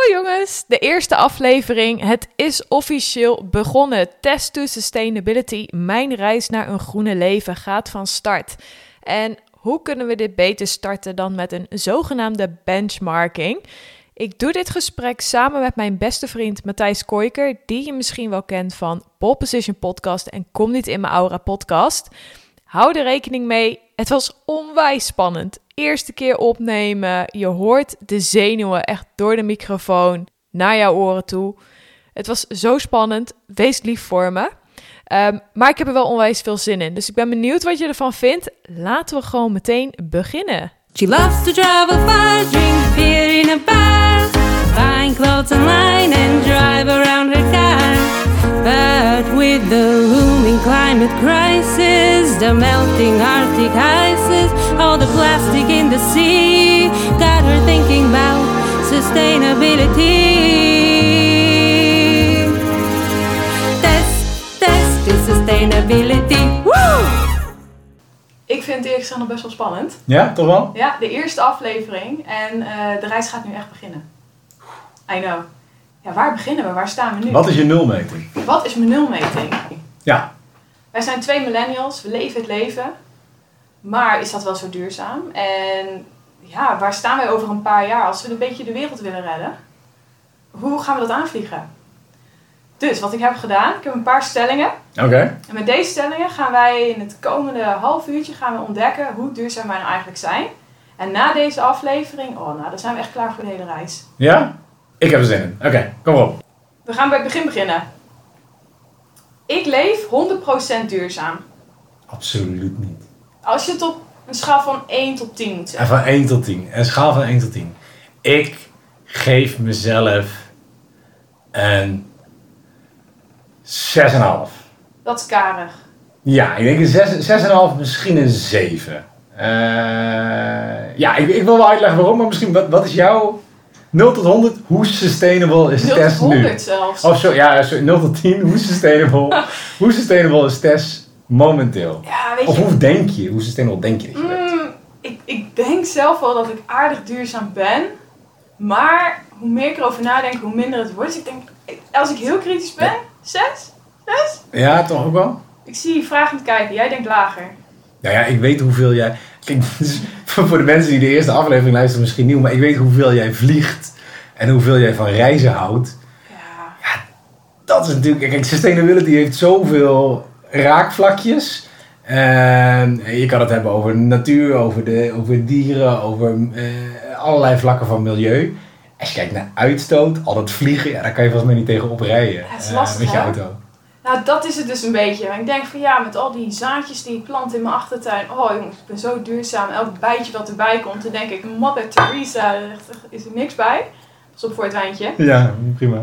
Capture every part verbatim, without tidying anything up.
jongens, de eerste aflevering. Het is officieel begonnen. Test to Sustainability, mijn reis naar een groene leven, gaat van start. En hoe kunnen we dit beter starten dan met een zogenaamde benchmarking? Ik doe dit gesprek samen met mijn beste vriend Matthijs Koijker, die je misschien wel kent van Pole Position Podcast en Kom Niet In Mijn Aura podcast. Hou er rekening mee, het was onwijs spannend. Eerste keer opnemen, je hoort de zenuwen echt door de microfoon naar jouw oren toe. Het was zo spannend, wees lief voor me. Um, maar ik heb er wel onwijs veel zin in, dus ik ben benieuwd wat je ervan vindt. Laten we gewoon meteen beginnen. She loves to travel far, drink beer in a bar, buying clothes online and drive around her car. But with the looming climate crisis, the melting Arctic ices, all the plastic in the sea, got her thinking about sustainability. Test, test to sustainability. Woo! Ik vind het eerlijk gezegd nog best wel spannend. Ja, toch wel? Ja, de eerste aflevering en uh, de reis gaat nu echt beginnen. I know. Ja, waar beginnen we? Waar staan we nu? Wat is je nulmeting? Wat is mijn nulmeting? Ja. Wij zijn twee millennials, we leven het leven. Maar is dat wel zo duurzaam? En ja, waar staan wij over een paar jaar als we een beetje de wereld willen redden? Hoe gaan we dat aanvliegen? Dus wat ik heb gedaan, ik heb een paar stellingen. Oké. Okay. En met deze stellingen gaan wij in het komende half uurtje gaan we ontdekken hoe duurzaam wij nou eigenlijk zijn. En na deze aflevering, oh nou, dan zijn we echt klaar voor de hele reis. Ja? Ik heb er zin in. Oké, okay, kom op. We gaan bij het begin beginnen. Ik leef honderd procent duurzaam. Absoluut niet. Als je het op een schaal van één tot tien moet zeggen. En van één tot tien. Een schaal van één tot tien. Ik geef mezelf een zes komma vijf. Dat is karig. Ja, ik denk een zes komma vijf, misschien een zeven. Uh, ja, ik, ik wil wel uitleggen waarom, maar misschien wat, wat is jouw nul tot honderd? Hoe sustainable is Tess nu? nul tot honderd zelfs. Oh, sorry, ja, sorry, nul tot tien. Hoe sustainable, hoe sustainable is Tess momenteel? Ja, weet je, of hoe denk je? Hoe sustainable denk je dat je mm, bent? ik, ik denk zelf wel dat ik aardig duurzaam ben. Maar hoe meer ik erover nadenk, hoe minder het wordt. Dus ik denk, als ik heel kritisch ben, zes? zes? Ja, toch ook wel? Ik zie je vragend kijken. Jij denkt lager. Nou ja, ik weet hoeveel jij... Kijk, dus voor de mensen die de eerste aflevering luisteren misschien nieuw, maar ik weet hoeveel jij vliegt en hoeveel jij van reizen houdt. Ja. Ja, dat is natuurlijk... Kijk, sustainability heeft zoveel raakvlakjes. En je kan het hebben over natuur, over, de, over dieren, over uh, allerlei vlakken van milieu. Als je kijkt naar uitstoot, al dat vliegen, ja, daar kan je volgens mij niet tegen oprijden. Ja, het is lastig, uh, met je hè? auto. Nou, dat is het dus een beetje. Ik denk van ja, met al die zaadjes die ik plant in mijn achtertuin. Oh jongens, ik ben zo duurzaam. Elk bijtje wat erbij komt, dan denk ik, Mother Teresa, er is er niks bij. Pas op voor het wijntje. Ja, prima.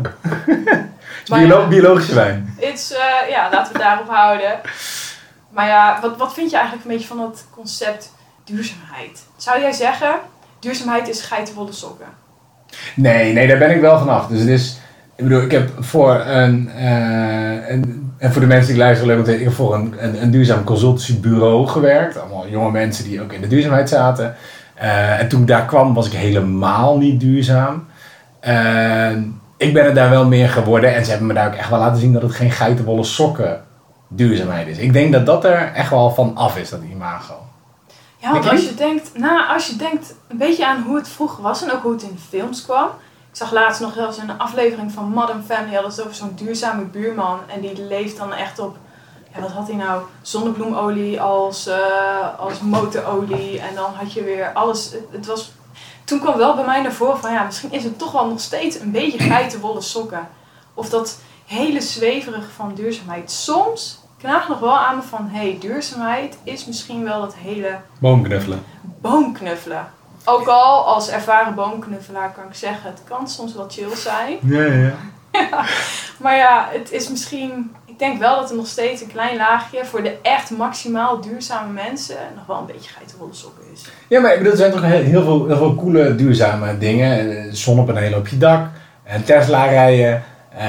Maar Biolo- ja, biologische wijn. It's, uh, ja, laten we het daarop houden. Maar ja, wat, wat vind je eigenlijk een beetje van dat concept duurzaamheid? Zou jij zeggen, duurzaamheid is geitenwolle sokken? Nee, nee, daar ben ik wel vanaf. Dus het is... Ik bedoel, ik heb voor een, uh, een en voor de mensen die luisteren, leuk om te weten, ik heb voor een, een, een duurzaam consultancybureau gewerkt. Allemaal jonge mensen die ook in de duurzaamheid zaten. Uh, en toen ik daar kwam, was ik helemaal niet duurzaam. Uh, ik ben er daar wel meer geworden en ze hebben me daar ook echt wel laten zien dat het geen geitenwolle sokken duurzaamheid is. Ik denk dat dat er echt wel van af is, dat imago. Ja, want als je denkt, nou, als je denkt een beetje aan hoe het vroeger was en ook hoe het in films kwam. Ik zag laatst nog wel eens een aflevering van Modern Family, hadden ze over zo'n duurzame buurman en die leeft dan echt op, ja wat had hij nou, zonnebloemolie als, uh, als motorolie en dan had je weer alles, het, het was, toen kwam wel bij mij naar voren van ja, misschien is het toch wel nog steeds een beetje geitenwolle sokken. Of dat hele zweverige van duurzaamheid. Soms knaagt nog wel aan me van, hé, hey, duurzaamheid is misschien wel dat hele... Boomknuffelen. Boomknuffelen. Ook al als ervaren boomknuffelaar kan ik zeggen, het kan soms wel chill zijn. Ja, ja. Ja, maar ja, het is misschien... Ik denk wel dat er nog steeds een klein laagje voor de echt maximaal duurzame mensen nog wel een beetje geitenwolle sokken is. Ja, maar ik bedoel, er zijn toch heel, heel, veel, heel veel coole duurzame dingen. Zonnepanelen op je dak, een Tesla rijden,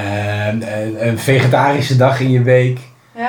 een, een vegetarische dag in je week.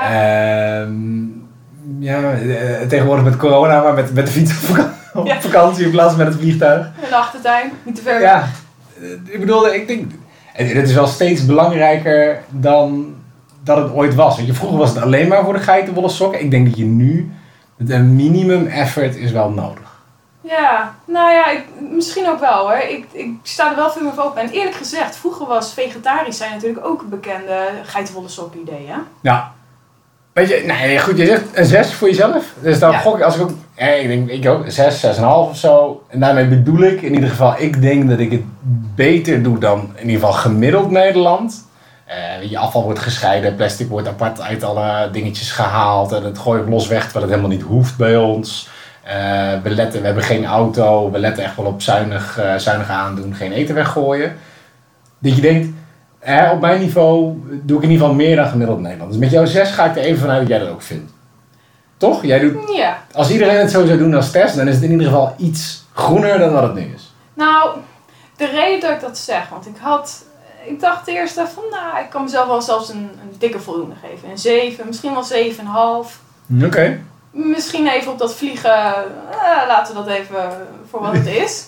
Ja. Um, ja, tegenwoordig met corona, maar met, met de fiets op vakantie, op vakantie in plaats van met het vliegtuig. In de achtertuin, niet te ver. Ja, ik bedoel, ik denk... Het is wel steeds belangrijker dan dat het ooit was. Want je, vroeger was het alleen maar voor de geitenwolle sokken. Ik denk dat je nu... Een minimum effort is wel nodig. Ja, nou ja, ik, misschien ook wel hoor. Ik, ik sta er wel veel meer voor open. En eerlijk gezegd, vroeger was vegetarisch zijn natuurlijk ook een bekende geitenwolle sokken idee, hè? Ja. Weet je, nee, goed, je zegt een zes voor jezelf. Dus dan ja. gok ik, als ik ook, eh, ik denk, ik ook, zes, zes en een half of zo. En daarmee bedoel ik in ieder geval, ik denk dat ik het beter doe dan in ieder geval gemiddeld Nederland. Uh, je afval wordt gescheiden, plastic wordt apart uit alle dingetjes gehaald. En het gooien we los weg, terwijl het helemaal niet hoeft bij ons. Uh, we, letten, we hebben geen auto, we letten echt wel op zuinig, uh, zuinig aandoen, geen eten weggooien. Dat je denkt, eh, op mijn niveau doe ik in ieder geval meer dan gemiddeld Nederland. Dus met jouw zes ga ik er even vanuit dat jij dat ook vindt. Toch? Jij doet, ja. Als iedereen het zo zou doen als Tess, dan is het in ieder geval iets groener dan wat het nu is. Nou, de reden dat ik dat zeg, want ik had... Ik dacht eerst van, nou, ik kan mezelf wel zelfs een, een dikke voldoende geven. Een zeven, misschien wel zeven en een half. Oké. Okay. Misschien even op dat vliegen, eh, laten we dat even voor wat het is.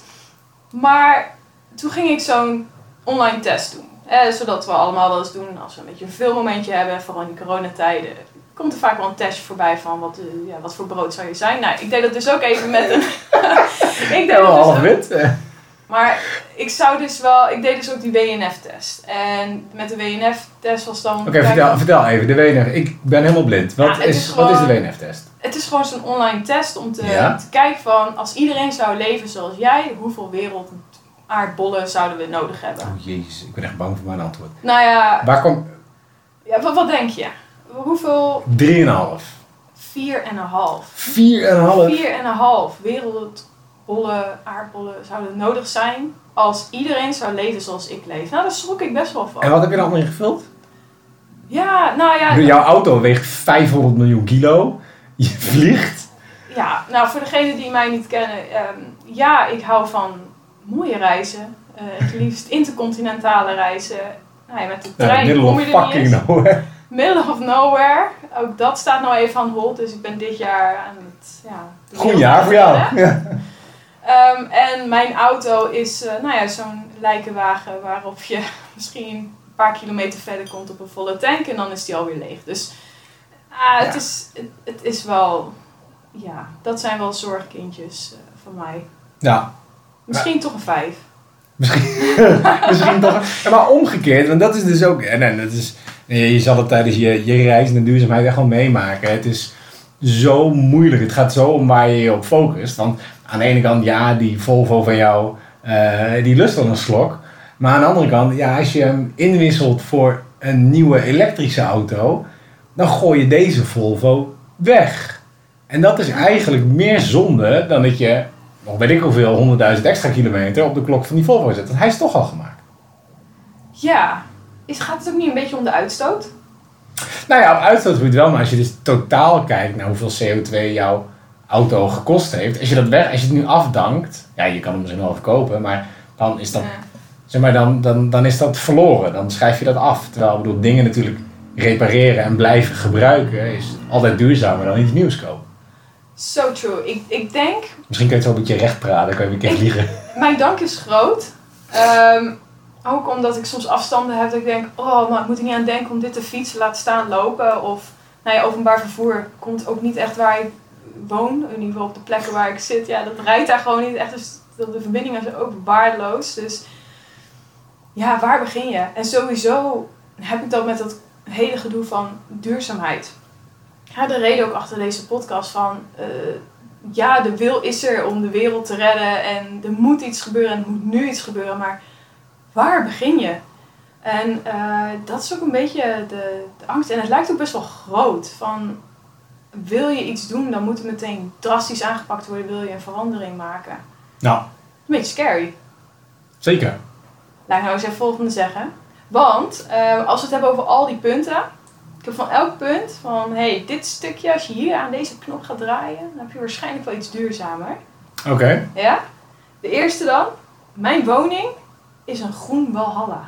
Maar toen ging ik zo'n online test doen. Eh, zodat we allemaal wel eens doen, als we een beetje een filmmomentje hebben, vooral in die coronatijden, komt er vaak wel een testje voorbij van wat, uh, ja, wat voor brood zou je zijn. Nou, ik deed dat dus ook even met een... ik deed ja, dat dus half ook... wit. Maar ik zou dus wel, ik deed dus ook die W N F-test. En met de W N F-test was dan... Oké, okay, vertel, vertel even, de W N F. Ik ben helemaal blind. Wat, ja, is, is gewoon, wat is de W N F-test? Het is gewoon zo'n online test om te, ja? te kijken van, als iedereen zou leven zoals jij, hoeveel wereldaardbollen zouden we nodig hebben? Oh jezus, ik ben echt bang voor mijn antwoord. Nou ja... Waar komt... Ja, wat, wat denk je? Hoeveel... Drie en een half. Vier en een half. Vier en een half? Vier en een half wereldbollen, aardbollen zouden nodig zijn als iedereen zou leven zoals ik leef. Nou, daar schrok ik best wel van. En wat heb je dan allemaal ingevuld? Ja, nou ja... Jouw auto weegt vijfhonderd miljoen kilo. Je vliegt. Ja, nou voor degenen die mij niet kennen. Um, ja, ik hou van mooie reizen. Uh, het liefst intercontinentale reizen. Nou ja, met de trein ja, kom je er fucking niet eens. Nowhere. Middle of nowhere. Ook dat staat nou even aan hold. Dus ik ben dit jaar aan het... Ja, goed jaar voor jou. Ja. Um, en mijn auto is uh, nou ja, zo'n lijkenwagen waarop je misschien een paar kilometer verder komt op een volle tank en dan is die alweer leeg. Dus uh, ja. het, is, het, het is wel, ja, dat zijn wel zorgkindjes uh, van mij. Ja. Misschien ja. toch een vijf. Misschien, misschien toch. Ja, maar omgekeerd, want dat is dus ook, en, en dat is, je zal het tijdens je, je reis en de duurzaamheid echt wel meemaken. Het is zo moeilijk, het gaat zo om waar je je op focust. Want aan de ene kant, ja, die Volvo van jou, uh, die lust wel een slok. Maar aan de andere kant, ja, als je hem inwisselt voor een nieuwe elektrische auto, dan gooi je deze Volvo weg. En dat is eigenlijk meer zonde dan dat je, nog weet ik hoeveel, honderdduizend extra kilometer op de klok van die Volvo zet. Want hij is toch al gemaakt. Ja, is, gaat het ook niet een beetje om de uitstoot? Nou ja, op uitstootgebied wel, maar als je dus totaal kijkt naar hoeveel C O twee jouw auto gekost heeft. Als je dat weg, als je het nu afdankt, ja, je kan hem misschien wel verkopen, maar dan is dat, ja. zeg maar, dan, dan, dan is dat verloren. Dan schrijf je dat af. Terwijl, ik bedoel, dingen natuurlijk repareren en blijven gebruiken is altijd duurzamer dan iets nieuws kopen. So true. Ik, ik denk... Misschien kun je het wel een beetje recht praten, dan kan je een keer vliegen. Mijn dank is groot. Um, ook omdat ik soms afstanden heb dat ik denk, oh, maar ik moet er niet aan denken om dit te fietsen, laten staan lopen. Of, nou ja, openbaar vervoer komt ook niet echt waar ik woon. In ieder geval op de plekken waar ik zit. Ja, dat rijdt daar gewoon niet echt. Dus de verbindingen zijn ook waardeloos. Dus ja, waar begin je? En sowieso heb ik dat met dat hele gedoe van duurzaamheid. Ja, de reden ook achter deze podcast van, uh, ja, de wil is er om de wereld te redden en er moet iets gebeuren en er moet nu iets gebeuren, maar waar begin je? En uh, dat is ook een beetje de, de angst. En het lijkt ook best wel groot. Van, wil je iets doen, dan moet het meteen drastisch aangepakt worden. Wil je een verandering maken? Nou. Een beetje scary. Zeker. Laat ik nou eens even het volgende zeggen. Want, uh, als we het hebben over al die punten. Ik heb van elk punt van, hey, dit stukje, als je hier aan deze knop gaat draaien, dan heb je waarschijnlijk wel iets duurzamer. Oké. Okay. Ja? De eerste dan. Mijn woning is een groen walhalla.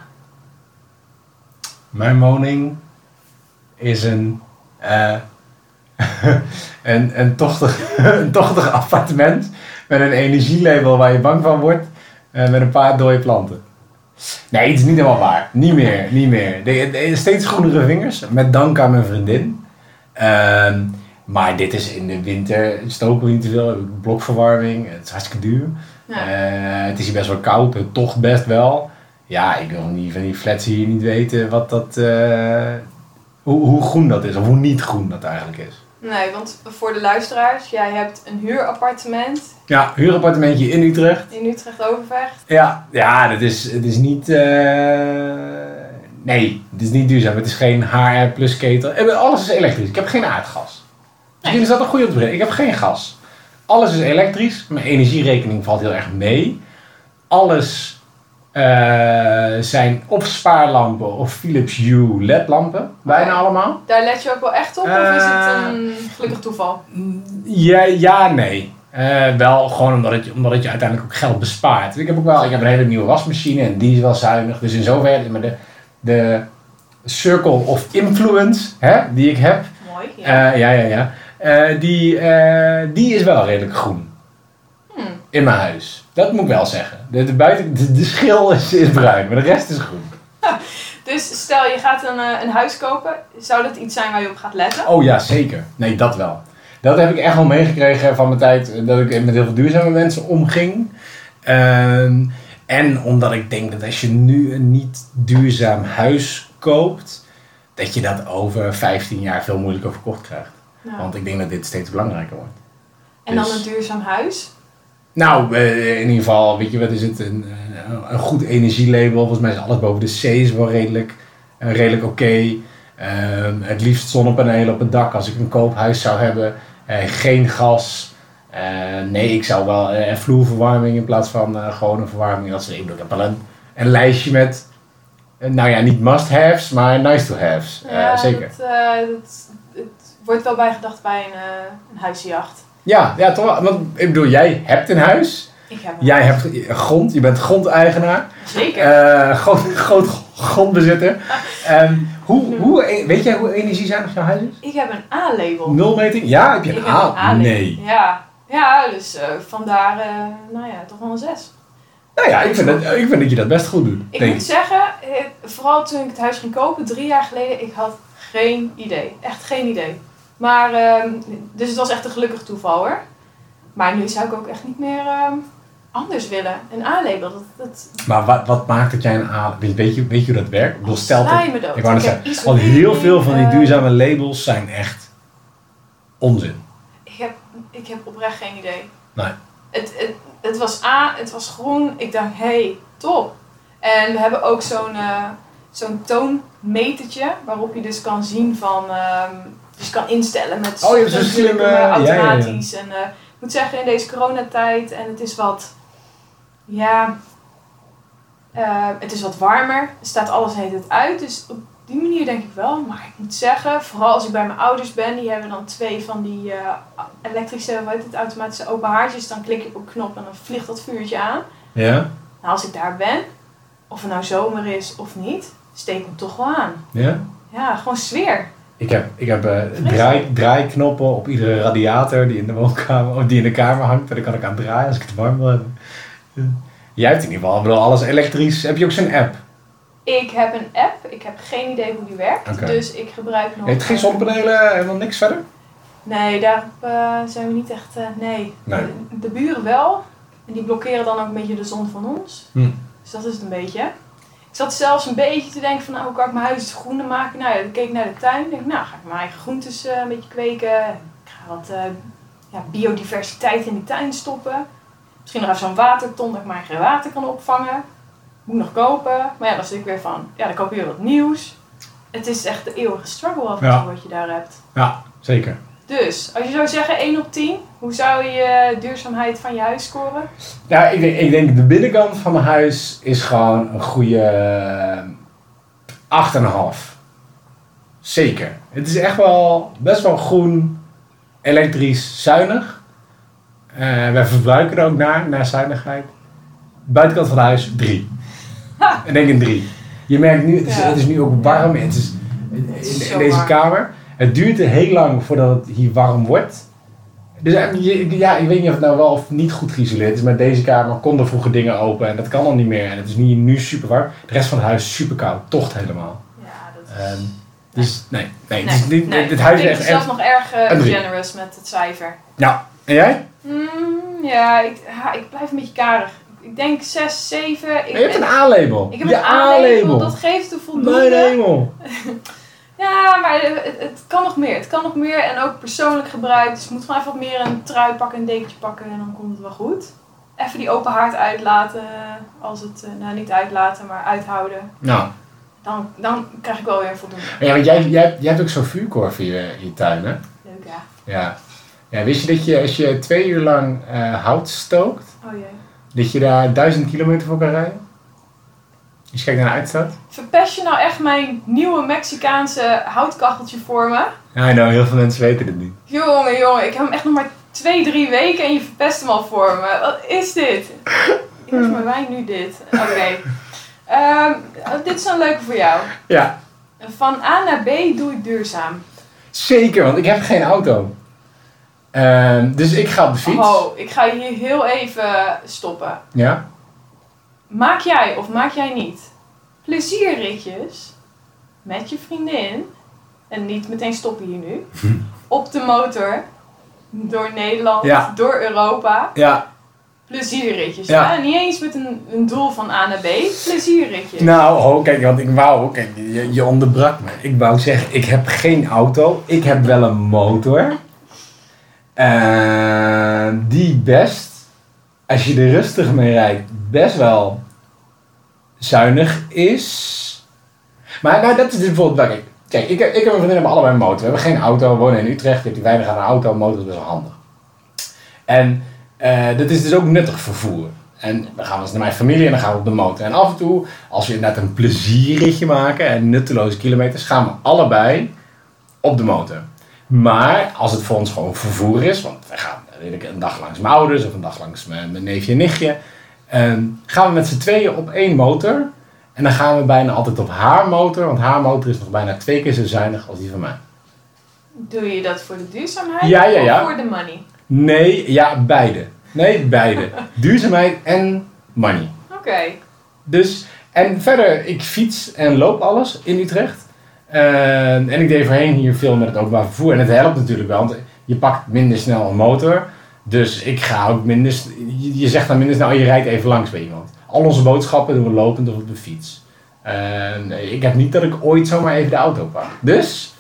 Mijn woning is een, uh, een, een, tochtig, een tochtig appartement met een energielabel waar je bang van wordt uh, met een paar dode planten. Nee, het is niet helemaal waar. Niet meer, niet meer. De, de, steeds groenere vingers, met dank aan mijn vriendin. Um, maar dit is in de winter, stoken we niet te veel, heb ik blokverwarming, het is hartstikke duur. Ja. Uh, het is hier best wel koud, het tocht best wel. Ja, ik wil niet van die flats hier niet weten wat dat, uh, hoe, hoe groen dat is, of hoe niet groen dat eigenlijk is. Nee, want voor de luisteraars, jij hebt een huurappartement. Ja, huurappartementje in Utrecht. In Utrecht-Overvecht. Ja, ja, dat is, het is niet, uh, nee, het is niet duurzaam. Het is geen H R plus ketel. Alles is elektrisch. Ik heb geen aardgas. Misschien is dat een goede opbreng. Ik heb geen gas. Alles is elektrisch. Mijn energierekening valt heel erg mee. Alles uh, zijn of spaarlampen of Philips Hue L E D-lampen. Bijna okay. allemaal. Daar let je ook wel echt op? Uh, of is het een gelukkig toeval? Ja, ja nee. Uh, wel gewoon omdat het, omdat het je uiteindelijk ook geld bespaart. Ik heb ook wel ik heb een hele nieuwe wasmachine en die is wel zuinig. Dus in zoverre, maar de, de circle of influence hè, die ik heb. Mooi, ja. Uh, ja, ja, ja. Uh, die, uh, die is wel redelijk groen. Hmm. In mijn huis. Dat moet ik wel zeggen. De, de, buiten, de, de schil is, is bruin, maar de rest is groen. Dus stel je gaat een, een huis kopen. Zou dat iets zijn waar je op gaat letten? Oh ja, zeker. Nee, dat wel. Dat heb ik echt wel meegekregen van mijn tijd dat ik met heel veel duurzame mensen omging. Um, en omdat ik denk dat als je nu een niet duurzaam huis koopt, dat je dat over vijftien jaar veel moeilijker verkocht krijgt. Ja. Want ik denk dat dit steeds belangrijker wordt. En dus, dan een duurzaam huis? Nou, in ieder geval, weet je wat is het? Een, een goed energielabel. Volgens mij is alles boven de C is wel redelijk, redelijk oké. Okay. Um, het liefst zonnepanelen op het dak als ik een koophuis zou hebben. Uh, geen gas. Uh, nee, ik zou wel uh, vloerverwarming in plaats van uh, gewone verwarming. Dat soort dingen. Ik heb wel een, een lijstje met, uh, nou ja, niet must-haves, maar nice-to-haves. Uh, ja, zeker. Dat, uh, dat, het wordt wel bijgedacht bij een, uh, een huisjacht. Ja, ja, toch wel. Want ik bedoel, jij hebt een huis. Ik heb een jij huis. hebt grond. Je bent grondeigenaar. Zeker. Uh, groot, groot grondbezitter. Um, hoe, hoe, weet jij hoe energiezuinig jouw huis is? Ik heb een A-label. Nulmeting? Ja, heb je een ik A? Heb een A-label. Nee. Ja, ja dus uh, vandaar, uh, nou ja, toch wel een zes. Nou ja, ik vind, dat, ik vind dat je dat best goed doet. Ik moet zeggen, vooral toen ik het huis ging kopen, drie jaar geleden, ik had geen idee. Echt geen idee. Maar, uh, dus het was echt een gelukkig toeval hoor. Maar nu zou ik ook echt niet meer uh, anders willen. Een A-label. Dat, dat... Maar wat, wat maakt dat jij een A... Weet je, weet je hoe dat werkt? Ik bedoel, stel dat, ik wou net zeggen, al heel veel van die duurzame labels zijn echt onzin. Ik heb, ik heb oprecht geen idee. Nee. Het, het, het was A, het was groen. Ik dacht, hé, hey, top. En we hebben ook zo'n, uh, zo'n toonmetertje waarop je dus kan zien van... Um, dus je kan instellen met oh, je hebt zo'n slimme... automatisch. Ja, ja, ja. En uh, ik moet zeggen, in deze coronatijd en het is wat... Ja... Uh, het is wat warmer. Er staat alles heet het uit. Dus op die manier denk ik wel. Maar ik moet zeggen, vooral als ik bij mijn ouders ben, die hebben dan twee van die uh, elektrische, hoe heet het, automatische open haartjes. Dan klik je op een knop en dan vliegt dat vuurtje aan. Ja. Nou, als ik daar ben, of het nou zomer is of niet, steek ik hem toch wel aan. Ja? Ja, gewoon sfeer. Ik heb, ik heb uh, draai, draaiknoppen op iedere radiator die in de woonkamer, of die in de kamer hangt. En dan kan ik aan draaien als ik het warm wil hebben. Ja. Jij hebt in ieder geval, ik bedoel, alles elektrisch. Heb je ook zo'n app? Ik heb een app. Ik heb geen idee hoe die werkt. Okay. Dus ik gebruik nog... Heeft geen zonnepanelen, helemaal niks verder? Nee, daarop uh, zijn we niet echt... Uh, nee. nee. De, de buren wel. En die blokkeren dan ook een beetje de zon van ons. Hm. Dus dat is het een beetje. Ik zat zelfs een beetje te denken van, nou, hoe kan ik mijn huis groener maken? Nou ja, dan keek ik naar de tuin. Denk ik, nou, ga ik mijn eigen groentes uh, een beetje kweken. Ik ga wat uh, ja, biodiversiteit in die tuin stoppen. Misschien nog even zo'n waterton dat ik mijn eigen water kan opvangen. Moet nog kopen. Maar ja, dan zit ik weer van, ja, dan koop je weer wat nieuws. Het is echt de eeuwige struggle af en toe wat je daar hebt. Ja, zeker. Dus, als je zou zeggen één op tien, hoe zou je je duurzaamheid van je huis scoren? Nou, ik denk, ik denk de binnenkant van mijn huis is gewoon een goede acht komma vijf. Zeker. Het is echt wel best wel groen, elektrisch, zuinig. Uh, wij verbruiken er ook naar, naar zuinigheid. Buitenkant van het huis, drie. Ik denk een drie. Je merkt nu, het is, ja. het is nu ook warm. Het is in, in, in deze warm. kamer. Het duurt heel lang voordat het hier warm wordt. Dus je, ja, ik weet niet of het nou wel of niet goed geïsoleerd is, maar deze kamer konden vroeger dingen open en dat kan al niet meer. En het is nu, nu super warm. De rest van het huis is super koud, tocht helemaal. Ja, dat is... Um, dus nee, nee, nee, dus dit, nee. dit huis is ik echt... ben zelf echt nog erg uh, een drie. generous met het cijfer. Ja, en jij? Mm, ja, ik, ha, ik blijf een beetje karig. Ik denk zes, zeven. Ik, Je hebt een A-label. Ik heb Je een A-label, dat geeft de voldoende. Mijn hemel. Ja, maar het, het kan nog meer. Het kan nog meer en ook persoonlijk gebruikt. Dus je moet gewoon even wat meer een trui pakken, een dekentje pakken en dan komt het wel goed. Even die open haard uitlaten, als het, nou niet uitlaten, maar uithouden. Nou. Dan, dan krijg ik wel weer voldoende. Ja, want jij, jij, jij hebt ook zo'n vuurkorf in je, in je tuin, hè? Leuk, ja. Ja. Ja, wist je dat je als je twee uur lang uh, hout stookt, Oh jee. dat je daar duizend kilometer voor kan rijden? Als je kijkt naar de uitstoot. Verpest je nou echt mijn nieuwe Mexicaanse houtkacheltje voor me? Ja, nou, heel veel mensen weten het niet. Jongen, jongen, ik heb hem echt nog maar twee, drie weken en je verpest hem al voor me. Wat is dit? Geef mijn wijn nu dit. Oké. Okay. Um, dit is een leuke voor jou. Ja. Van A naar B doe ik duurzaam. Zeker, want ik heb geen auto. Uh, dus ik ga op de fiets. Oh, ik ga hier heel even stoppen. Ja? Maak jij of maak jij niet plezierritjes met je vriendin, en niet meteen stoppen hier nu, op de motor, door Nederland, ja. door Europa. Ja. Plezierritjes. Ja. Hè? Niet eens met een, een doel van A naar B, plezierritjes. Nou, oh, kijk, want ik wou, kijk, je, je onderbrak me. Ik wou zeggen, ik heb geen auto, ik heb wel een motor. Uh, die best, als je er rustig mee rijdt, best wel zuinig is. Maar nou, dat is dus bijvoorbeeld, kijk, kijk ik, ik en mijn vriendin hebben allebei een motor. We hebben geen auto, we wonen in Utrecht, je hebt die weinig aan een auto, een motor is best wel handig. En uh, dat is dus ook nuttig vervoer. En dan gaan we eens naar mijn familie en dan gaan we op de motor. En af en toe, als we inderdaad een plezierritje maken en nutteloze kilometers, gaan we allebei op de motor. Maar als het voor ons gewoon vervoer is, want we gaan weet ik, een dag langs mijn ouders of een dag langs mijn, mijn neefje en nichtje, um, gaan we met z'n tweeën op één motor. En dan gaan we bijna altijd op haar motor, want haar motor is nog bijna twee keer zo zuinig als die van mij. Doe je dat voor de duurzaamheid ja, ja, ja. of voor de money? Nee, ja, beide. Nee, beide. Duurzaamheid en money. Oké. Okay. Dus, en verder, ik fiets en loop alles in Utrecht. Uh, en ik deed voorheen hier veel met het openbaar vervoer. En het helpt natuurlijk wel, want je pakt minder snel een motor. Dus ik ga ook minder... Je, je zegt dan minder snel, je rijdt even langs bij iemand. Al onze boodschappen doen we lopend of op de fiets. Uh, ik heb niet dat ik ooit zomaar even de auto pak. Dus,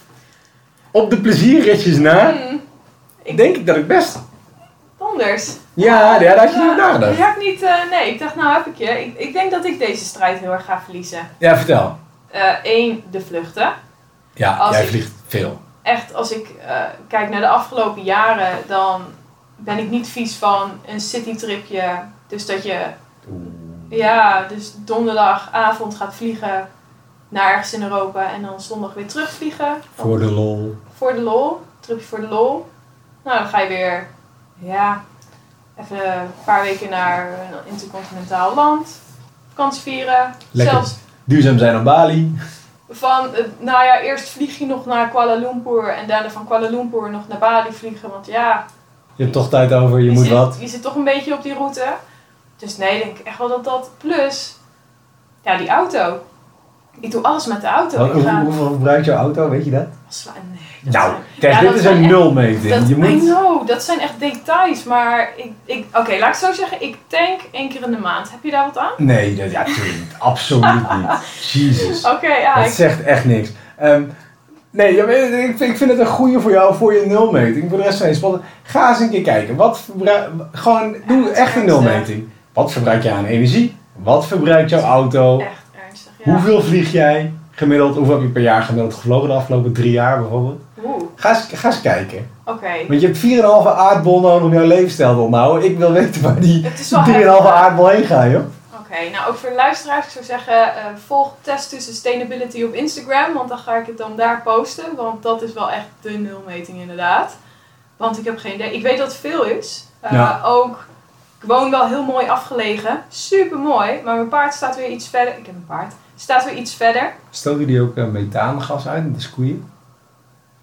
op de plezierritjes na, hmm, ik denk ik dat ik best... Anders. Ja, ja, daar had je niet uh, nagedacht. Ja, ik niet... Uh, nee, ik dacht, nou heb ik je. Ik, ik denk dat ik deze strijd heel erg ga verliezen. Ja, vertel. Eén, uh, de vluchten. Ja, als jij vliegt veel. Echt, als ik uh, kijk naar de afgelopen jaren, dan ben ik niet vies van een citytripje. Dus dat je, Oeh. ja, dus donderdagavond gaat vliegen naar ergens in Europa en dan zondag weer terugvliegen. Voor de lol. Voor de lol, tripje voor de lol. Nou, dan ga je weer, ja, even een paar weken naar een intercontinentaal land. Vakantie vieren. Lekker. Zelfs duurzaam zijn op Bali. Van, nou ja, eerst vlieg je nog naar Kuala Lumpur en daarna van Kuala Lumpur nog naar Bali vliegen, want ja... Je hebt toch tijd over, je, je moet zit, wat. Je zit toch een beetje op die route. Dus nee, denk ik echt wel dat dat... Plus, ja, die auto. Ik doe alles met de auto. Wat, ik ga... Hoeveel verbruikt jouw auto, weet je dat? Nee, dat nou, zijn, Tess, ja, dit is een nulmeting. Je moet... I know, dat zijn echt details, maar ik... ik Oké, okay, laat ik zo zeggen, ik tank één keer in de maand. Heb je daar wat aan? Nee, dat, ja, tuurlijk niet. Absoluut niet. Jezus. Oké, okay, ja. Dat ik... zegt echt niks. Um, nee, ik vind, ik vind het een goede voor jou, voor je nulmeting. Voor de rest van je spot. Ga eens een keer kijken. Wat verbruik... Gewoon, doe ja, echt een nulmeting. Wat verbruik je aan energie? Wat verbruikt jouw auto? Echt ernstig, ja. Hoeveel vlieg jij gemiddeld? Hoeveel heb je per jaar gemiddeld gevlogen de afgelopen drie jaar bijvoorbeeld? Oeh. Ga eens, ga eens kijken. Oké. Okay. Want je hebt vier komma vijf aardbol nodig om jouw levensstijl te onderhouden. Ik wil weten waar die drie komma vijf aardbol heen gaat, joh. Oké, okay, nou ook voor de luisteraars, ik zou zeggen, uh, volg Tess to Sustainability op Instagram, want dan ga ik het dan daar posten, want dat is wel echt de nulmeting inderdaad. Want ik heb geen idee, ik weet dat het veel is. Uh, ja. Ook, ik woon wel heel mooi afgelegen, super mooi, maar mijn paard staat weer iets verder, ik heb een paard, staat weer iets verder. Stoten die ook uh, methaangas uit, de koeien?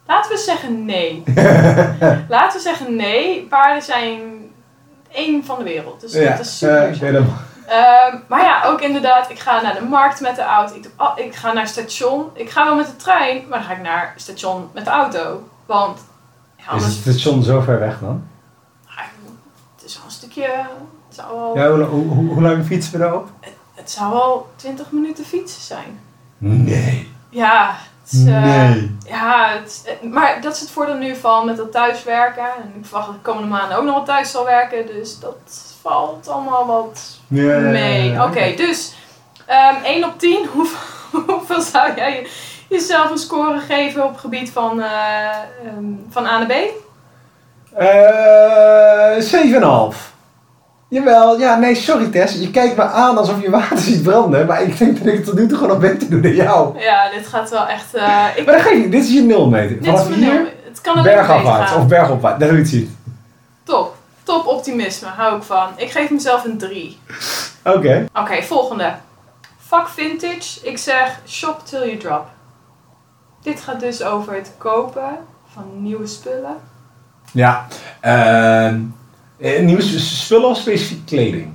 Laten we zeggen nee. Laten we zeggen nee. Paarden zijn één van de wereld. Dus Ja, dat is super eh, duurzaam. ik weet hem. Ehm, maar ja, ook inderdaad, ik ga naar de markt met de auto. Ik, doe, al- ik ga naar het station. Ik ga wel met de trein, maar dan ga ik naar het station met de auto. Want ja, Is anders... het station zo ver weg dan? Het is wel een stukje... Het zou wel, Ja, hoe, hoe, hoe, hoe lang fietsen we erop? het zou wel twintig minuten fietsen zijn. Nee. Ja, het is, eh, Nee. ja het, eh, maar dat is het voordeel nu van met dat thuiswerken. En ik verwacht dat ik de komende maanden ook nog wat thuis zal werken. Dus dat valt allemaal wat Ja. mee. Oké, dus um, één op tien. Hoeveel, hoeveel zou jij jezelf een score geven op het gebied van, uh, um, van A naar B? Eh, zeven komma vijf. Jawel, ja, nee, sorry Tess. Je kijkt me aan alsof je water ziet branden. Maar ik denk dat ik het tot nu toe gewoon nog beter doe dan jou. Ja, dit gaat wel echt... Uh, ik, Maar dan geef je, dit is je nulmeter. dit Vanaf is mijn hier, nul. Het kan alleen maar beter bergafwaarts gaan. of bergopwaarts. Dat hoe je het ziet. Top. Top optimisme, hou ik van. Ik geef mezelf een drie. Oké. Okay. Oké, okay, volgende. Fuck vintage. Ik zeg shop till you drop. Dit gaat dus over het kopen van nieuwe spullen. Ja. Uh, nieuwe spullen of specifiek kleding?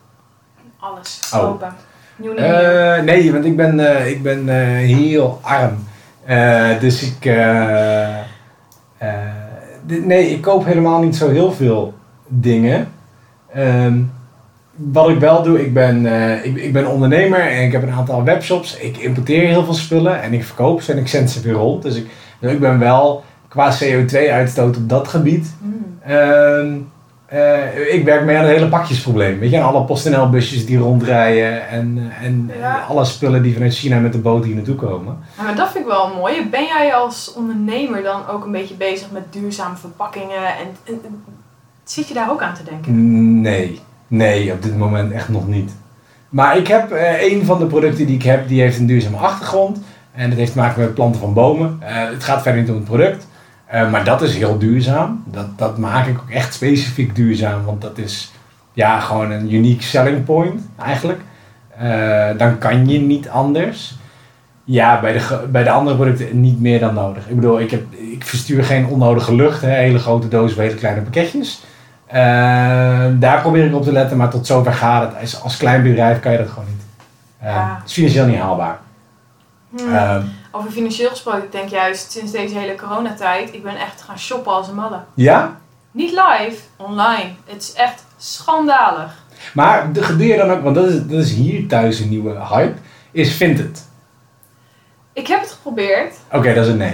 Alles Oh. kopen. Nieuw en nieuw. Uh, nee, want ik ben, uh, ik ben uh, heel arm. Uh, dus ik... Uh, uh, d- nee, ik koop helemaal niet zo heel veel dingen. Um, wat ik wel doe, ik ben, uh, ik, ik ben ondernemer en ik heb een aantal webshops. Ik importeer heel veel spullen en ik verkoop ze en ik zend ze weer rond. Dus ik, dus ik ben wel qua C O twee uitstoot op dat gebied. Mm. Um, uh, ik werk mee aan het hele pakjesprobleem. Weet je, aan alle PostNL busjes die rondrijden en, en Ja. alle spullen die vanuit China met de boot hier naartoe komen. Ja, maar dat vind ik wel mooi. Ben jij als ondernemer dan ook een beetje bezig met duurzame verpakkingen? En, en, en zit je daar ook aan te denken? Nee, nee, op dit moment echt nog niet. Maar ik heb uh, een van de producten die ik heb, die heeft een duurzame achtergrond. En dat heeft te maken met planten van bomen. Uh, het gaat verder niet om het product. Uh, maar dat is heel duurzaam. Dat, dat maak ik ook echt specifiek duurzaam. Want dat is ja, gewoon een unique selling point eigenlijk. Uh, dan kan je niet anders. Ja, bij de, bij de andere producten niet meer dan nodig. Ik bedoel, ik, heb, ik verstuur geen onnodige lucht. Hè, hele grote dozen of hele kleine pakketjes. Uh, daar probeer ik op te letten. Maar tot zover gaat het. Als, als klein bedrijf kan je dat gewoon niet. Uh, Ja. Het is financieel niet haalbaar. Hmm. Uh, Over financieel gesproken, ik denk juist sinds deze hele coronatijd, ik ben echt gaan shoppen als een malle. ja? Niet live, online. Het is echt schandalig. Maar de- doe je dan ook, want dat is, dat is hier thuis een nieuwe hype, is Vinted. Ik heb het geprobeerd. Oké, okay, dat is een nee.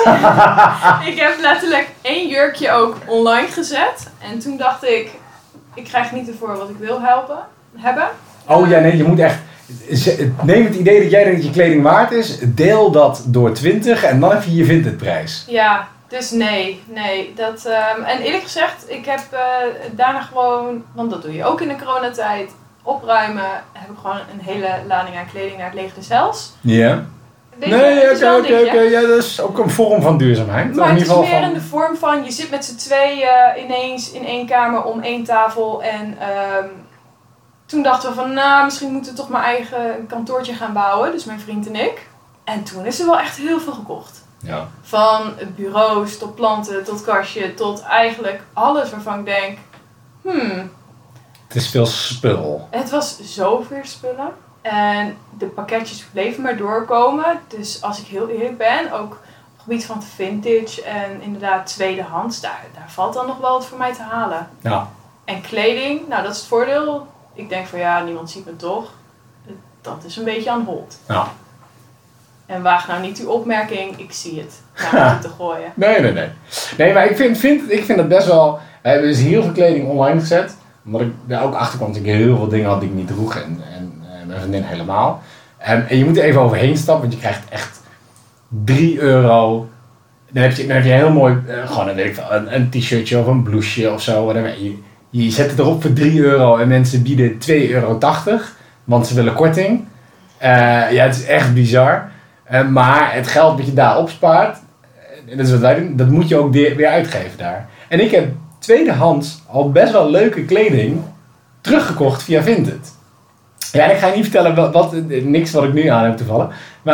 Ik heb letterlijk één jurkje ook online gezet. En toen dacht ik, ik krijg niet ervoor wat ik wil helpen, hebben. Oh ja, nee, je moet echt... z- Neem het idee dat jij denkt dat je kleding waard is, deel dat door twintig en dan heb je je Vinted-prijs. Ja, dus nee, nee. Dat, ehm, en eerlijk gezegd, ik heb eh, daarna gewoon, want dat doe je ook in de coronatijd, opruimen, heb ik gewoon een hele lading aan kleding naar het leger des Hels. Ja? Weet je, Nee, het is wel oké, een oké, dingje. oké. Ja, dat is ook een vorm van duurzaamheid. Maar in het ieder is geval meer van... in de vorm van, je zit met z'n tweeën ineens in één kamer om één tafel. En ehm, toen dachten we van, nou, misschien moeten we toch maar eigen kantoortje gaan bouwen. Dus mijn vriend en ik. En toen is er wel echt heel veel gekocht. Ja. Van bureaus tot planten, tot kastje, tot eigenlijk alles waarvan ik denk, hmm, Het is veel spul. het was zoveel spullen. En de pakketjes bleven maar doorkomen. Dus als ik heel eerlijk ben, ook op het gebied van vintage en inderdaad tweedehands, daar, daar valt dan nog wel wat voor mij te halen. Ja. En kleding, nou dat is het voordeel. Ik denk van ja, niemand ziet me toch. Dat is een beetje aan hold. Ja. En waag nou niet uw opmerking, ik zie het. Naar me te gooien. Nee, nee, nee. Nee, maar ik vind, vind, ik vind het best wel... We hebben dus heel veel kleding online gezet. Omdat ik daar ook achter kwam dat ik heel veel dingen had die ik niet droeg. En, en, en mijn vriendin helemaal. En, en je moet er even overheen stappen, want je krijgt echt drie euro. Dan heb je, dan heb je heel mooi, uh, gewoon een, weet ik veel, een, een t-shirtje of een blouseje of zo. Whatever. Je, je zet het erop voor drie euro en mensen bieden twee euro tachtig. Want ze willen korting. Uh, ja, het is echt bizar. Uh, maar het geld dat je daar opspaart, en dat is wat wij doen, dat moet je ook de, weer uitgeven daar. En ik heb tweedehands al best wel leuke kleding teruggekocht via Vinted. Ja, en ik ga je niet vertellen wat, wat niks wat ik nu aan heb toevallig. Maar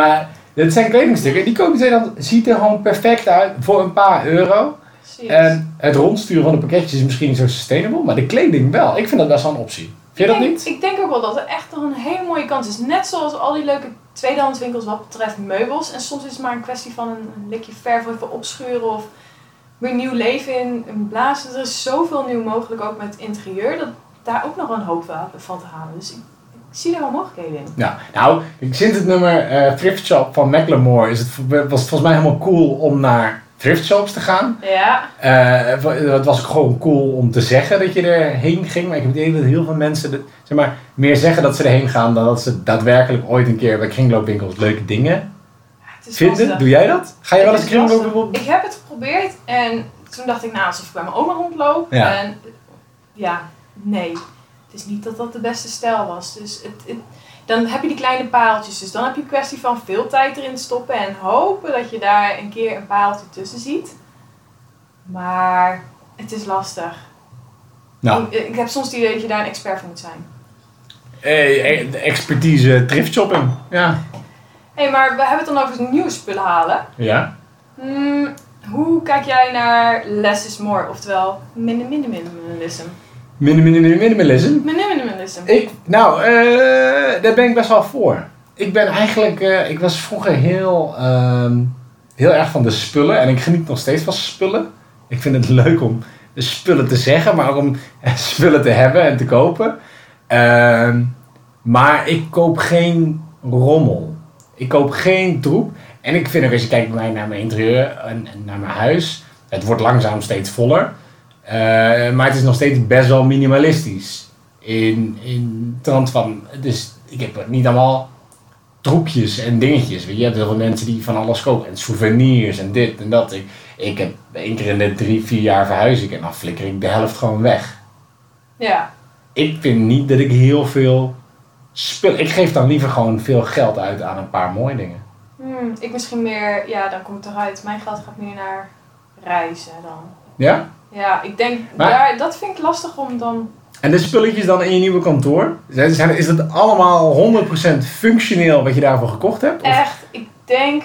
dit zijn kledingstukken. Die koop je dan, ziet er gewoon perfect uit voor een paar euro. En het rondsturen van de pakketjes is misschien niet zo sustainable, maar de kleding wel. Ik vind dat best wel een optie. Vind je dat denk, niet? Ik denk ook wel dat er echt nog een hele mooie kans is. Net zoals al die leuke tweedehandswinkels wat betreft meubels. En soms is het maar een kwestie van een, een likje verf even opschuren of weer nieuw leven in, in blazen. Er is zoveel nieuw mogelijk ook met interieur, dat daar ook nog een hoop van te halen. Dus ik, ik zie er wel mogelijkheden in. Ja, nou, sinds het nummer uh, Thrift Shop van Macklemore is het, was het volgens mij helemaal cool om naar thrift shops te gaan. Ja. Uh, het was ook gewoon cool om te zeggen dat je erheen ging. Maar ik heb het idee dat heel veel mensen de, zeg maar, meer zeggen dat ze erheen gaan dan dat ze daadwerkelijk ooit een keer bij kringloopwinkels leuke dingen ja, vinden. lastig. Doe jij dat? Ga je wel eens kringloopwinkel? Ik heb het geprobeerd en toen dacht ik, nou, alsof ik bij mijn oma rondloop. Ja. En ja, nee. Het is niet dat dat de beste stijl was. Dus het, het, dan heb je die kleine paaltjes. Dus dan heb je een kwestie van veel tijd erin stoppen en hopen dat je daar een keer een paaltje tussen ziet. Maar het is lastig. Nou. Ik, ik heb soms het idee dat je daar een expert voor moet zijn. Hey, de expertise thrift shopping. Ja. Hé, hey, maar we hebben het dan over nieuwe spullen halen. Ja. Hmm, hoe kijk jij naar less is more? Oftewel, minder, minder, minimalism. Minder, minder, minder, minimalism? Minder, minimalism. Ik, nou, uh, daar ben ik best wel voor. Ik ben eigenlijk, uh, ik was vroeger heel, uh, heel erg van de spullen. En ik geniet nog steeds van spullen. Ik vind het leuk om de spullen te zeggen, maar ook om spullen te hebben en te kopen. Uh, maar ik koop geen rommel. Ik koop geen troep. En ik vind ook, als je kijkt bij mij naar mijn interieur en, en naar mijn huis, het wordt langzaam steeds voller. Uh, maar het is nog steeds best wel minimalistisch. In, in trant van, dus ik heb niet allemaal troepjes en dingetjes. Je hebt heel veel mensen die van alles kopen. En souvenirs en dit en dat. Ik, ik heb één keer in de drie, vier jaar verhuis ik en dan flikker ik de helft gewoon weg. Ja. Ik vind niet dat ik heel veel spul. Ik geef dan liever gewoon veel geld uit aan een paar mooie dingen. Hmm, ik misschien meer, ja, dan komt het eruit. Mijn geld gaat meer naar reizen dan. Ja? Ja, ik denk, maar, daar, dat vind ik lastig om dan... En de spulletjes dan in je nieuwe kantoor? Zijn, is dat allemaal honderd procent functioneel wat je daarvoor gekocht hebt? Of? Echt, ik denk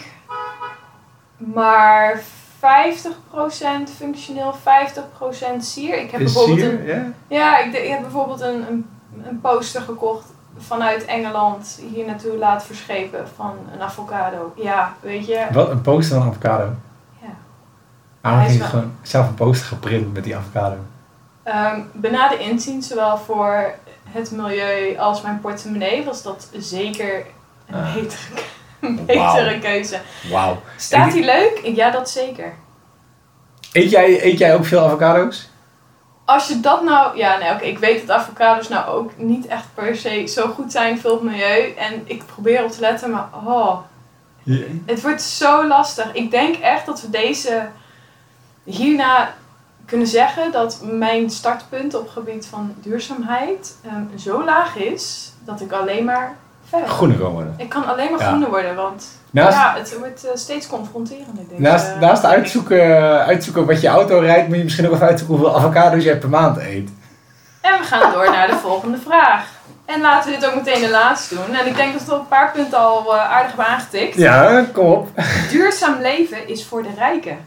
maar vijftig procent functioneel, vijftig procent sier. Ik heb is bijvoorbeeld sier? een, Ja, ja ik, ik heb bijvoorbeeld een, een, een poster gekocht vanuit Engeland hier naartoe laten verschepen van een avocado. Ja, weet je. Wat, een poster van een avocado? Ja. Waarom Hij heb is je wel- gewoon zelf een poster geprint met die avocado? Um, benader inzien, zowel voor het milieu als mijn portemonnee, was dat zeker een Ah. betere, een betere Wauw. keuze. Wauw. Staat die leuk? Ja, dat zeker. Eet jij, eet jij ook veel avocado's? Als je dat nou... Ja, nee, oké. Ik weet dat avocados nou ook niet echt per se zo goed zijn voor het milieu. En ik probeer op te letten, maar oh, Ja. het wordt zo lastig. Ik denk echt dat we deze hierna kunnen zeggen dat mijn startpunt op het gebied van duurzaamheid um, zo laag is dat ik alleen maar verder kan. Groener kan worden. Ik kan alleen maar Ja. groener worden, want Naast, ja, het wordt uh, steeds confronterender. Deze, naast, naast uitzoeken, uitzoeken wat je auto rijdt, moet je misschien ook even uitzoeken hoeveel avocado's jij per maand eet. En we gaan door naar de volgende vraag. En laten we dit ook meteen de laatste doen. En ik denk dat we op een paar punten al uh, aardig hebben aangetikt. Ja, kom op. Duurzaam leven is voor de rijken.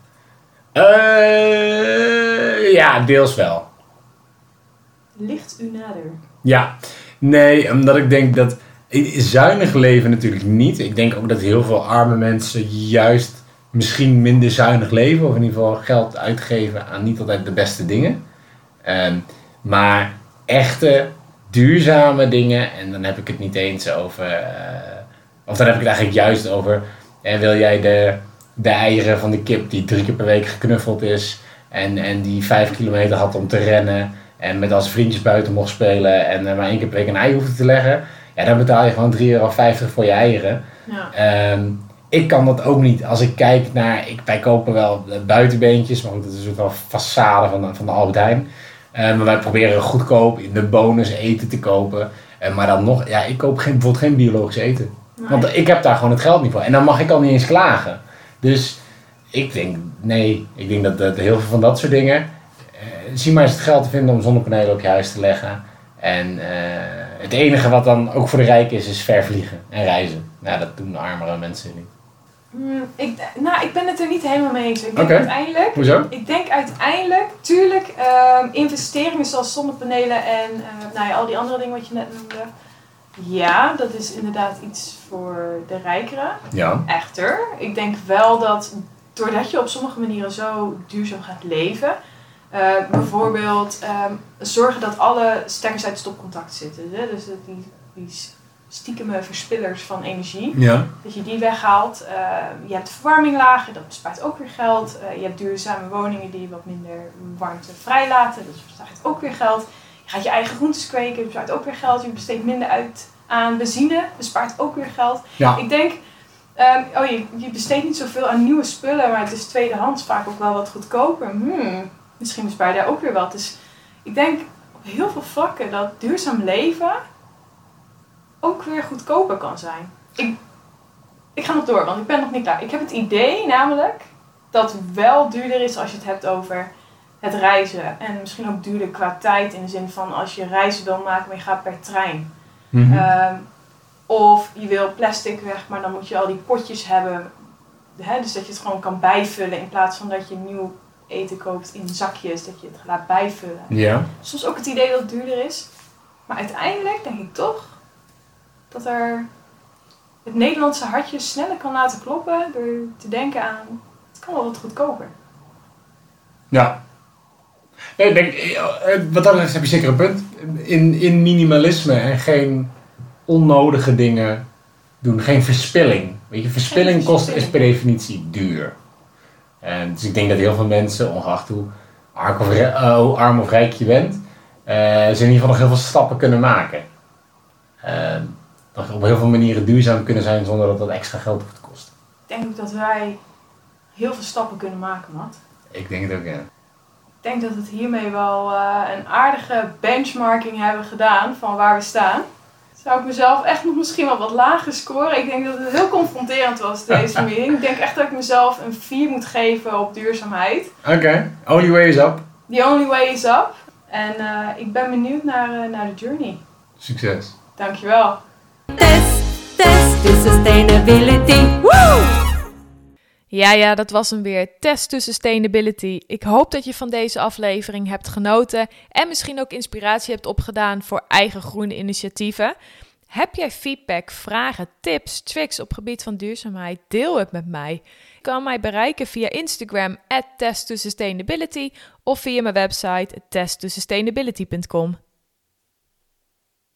Uh, ja, deels wel. Ligt u nader? Ja, nee, omdat ik denk dat zuinig leven natuurlijk niet. Ik denk ook dat heel veel arme mensen juist misschien minder zuinig leven. Of in ieder geval geld uitgeven aan niet altijd de beste dingen. Um, maar echte duurzame dingen. En dan heb ik het niet eens over... Uh, of dan heb ik het eigenlijk juist over... En wil jij de, de eieren van de kip die drie keer per week geknuffeld is. En, en die vijf kilometer had om te rennen. En met als vriendjes buiten mocht spelen. En uh, maar één keer per week een ei hoefde te leggen. Ja, dan betaal je gewoon drie euro vijftig voor je eieren. Ja. Um, ik kan dat ook niet. Als ik kijk naar... Ik, wij kopen wel buitenbeentjes. Maar goed, dat is ook wel façade van, van de Albert Heijn. Uh, maar wij proberen goedkoop in de bonus eten te kopen. Uh, maar dan nog... Ja, ik koop geen, bijvoorbeeld geen biologisch eten. Nee. Want ik heb daar gewoon het geld niet voor. En dan mag ik al niet eens klagen. Dus ik denk... Nee, ik denk dat, dat heel veel van dat soort dingen... Uh, zie maar eens het geld te vinden om zonnepanelen op je huis te leggen. En... Uh, het enige wat dan ook voor de rijken is, is ver vliegen en reizen. Nou, dat doen de armere mensen niet. Mm, ik, nou, ik ben het er niet helemaal mee eens. Ik denk Oké. uiteindelijk... Hoezo? Ik denk uiteindelijk, tuurlijk, ehm, investeringen zoals zonnepanelen en uh, nou ja, al die andere dingen wat je net noemde. Ja, dat is inderdaad iets voor de rijkeren. Ja. Echter, ik denk wel dat doordat je op sommige manieren zo duurzaam gaat leven, uh, bijvoorbeeld um, zorgen dat alle stekkers uit stopcontact zitten. Hè? Dus dat die, die stiekeme verspillers van energie, Ja. dat je die weghaalt. Uh, je hebt verwarming lager, dat bespaart ook weer geld. Uh, je hebt duurzame woningen die wat minder warmte vrijlaten, dat bespaart ook weer geld. Je gaat je eigen groentes kweken, dat bespaart ook weer geld. Je besteedt minder uit aan benzine, bespaart ook weer geld. Ja. Ik denk, um, oh, je, je besteedt niet zoveel aan nieuwe spullen, maar het is tweedehands vaak ook wel wat goedkoper. Hmm, misschien bespaar je daar ook weer wat. Dus ik denk op heel veel vlakken dat duurzaam leven ook weer goedkoper kan zijn. Ik, ik ga nog door, want ik ben nog niet klaar. Ik heb het idee namelijk dat het wel duurder is als je het hebt over het reizen. En misschien ook duurder qua tijd in de zin van als je reizen wil maken, maar je gaat per trein. Mm-hmm. Um, of je wil plastic weg, maar dan moet je al die potjes hebben. Hè, dus dat je het gewoon kan bijvullen in plaats van dat je nieuw eten koopt in zakjes, dat je het laat bijvullen. Ja. Soms ook het idee dat het duurder is. Maar uiteindelijk denk ik toch dat er het Nederlandse hartje sneller kan laten kloppen door te denken aan, het kan wel wat goedkoper. Ja. Nee, ik denk, wat dat betreft heb je zeker een punt. In, in minimalisme en geen onnodige dingen doen. Geen verspilling. Weet je, verspilling kost is per definitie duur. En dus ik denk dat heel veel mensen, ongeacht hoe arm of, uh, hoe arm of rijk je bent, uh, ze in ieder geval nog heel veel stappen kunnen maken. Uh, nog op heel veel manieren duurzaam kunnen zijn zonder dat dat extra geld hoeft te kosten. Ik denk ook dat wij heel veel stappen kunnen maken, Matt. Ik denk het ook, ja. Ik denk dat we het hiermee wel uh, een aardige benchmarking hebben gedaan van waar we staan. Zou ik mezelf echt nog misschien wel wat lager scoren. Ik denk dat het heel confronterend was, deze meeting. Ik denk echt dat ik mezelf een vier moet geven op duurzaamheid. Oké, okay. Only way is up. The only way is up. En uh, ik ben benieuwd naar, uh, naar de journey. Succes. Dankjewel. Test, test to sustainability. Woo! Ja, ja, dat was hem weer. Test to Sustainability. Ik hoop dat je van deze aflevering hebt genoten en misschien ook inspiratie hebt opgedaan voor eigen groene initiatieven. Heb jij feedback, vragen, tips, tricks op gebied van duurzaamheid? Deel het met mij. Je kan mij bereiken via Instagram at test to sustainability of via mijn website test to sustainability punt com.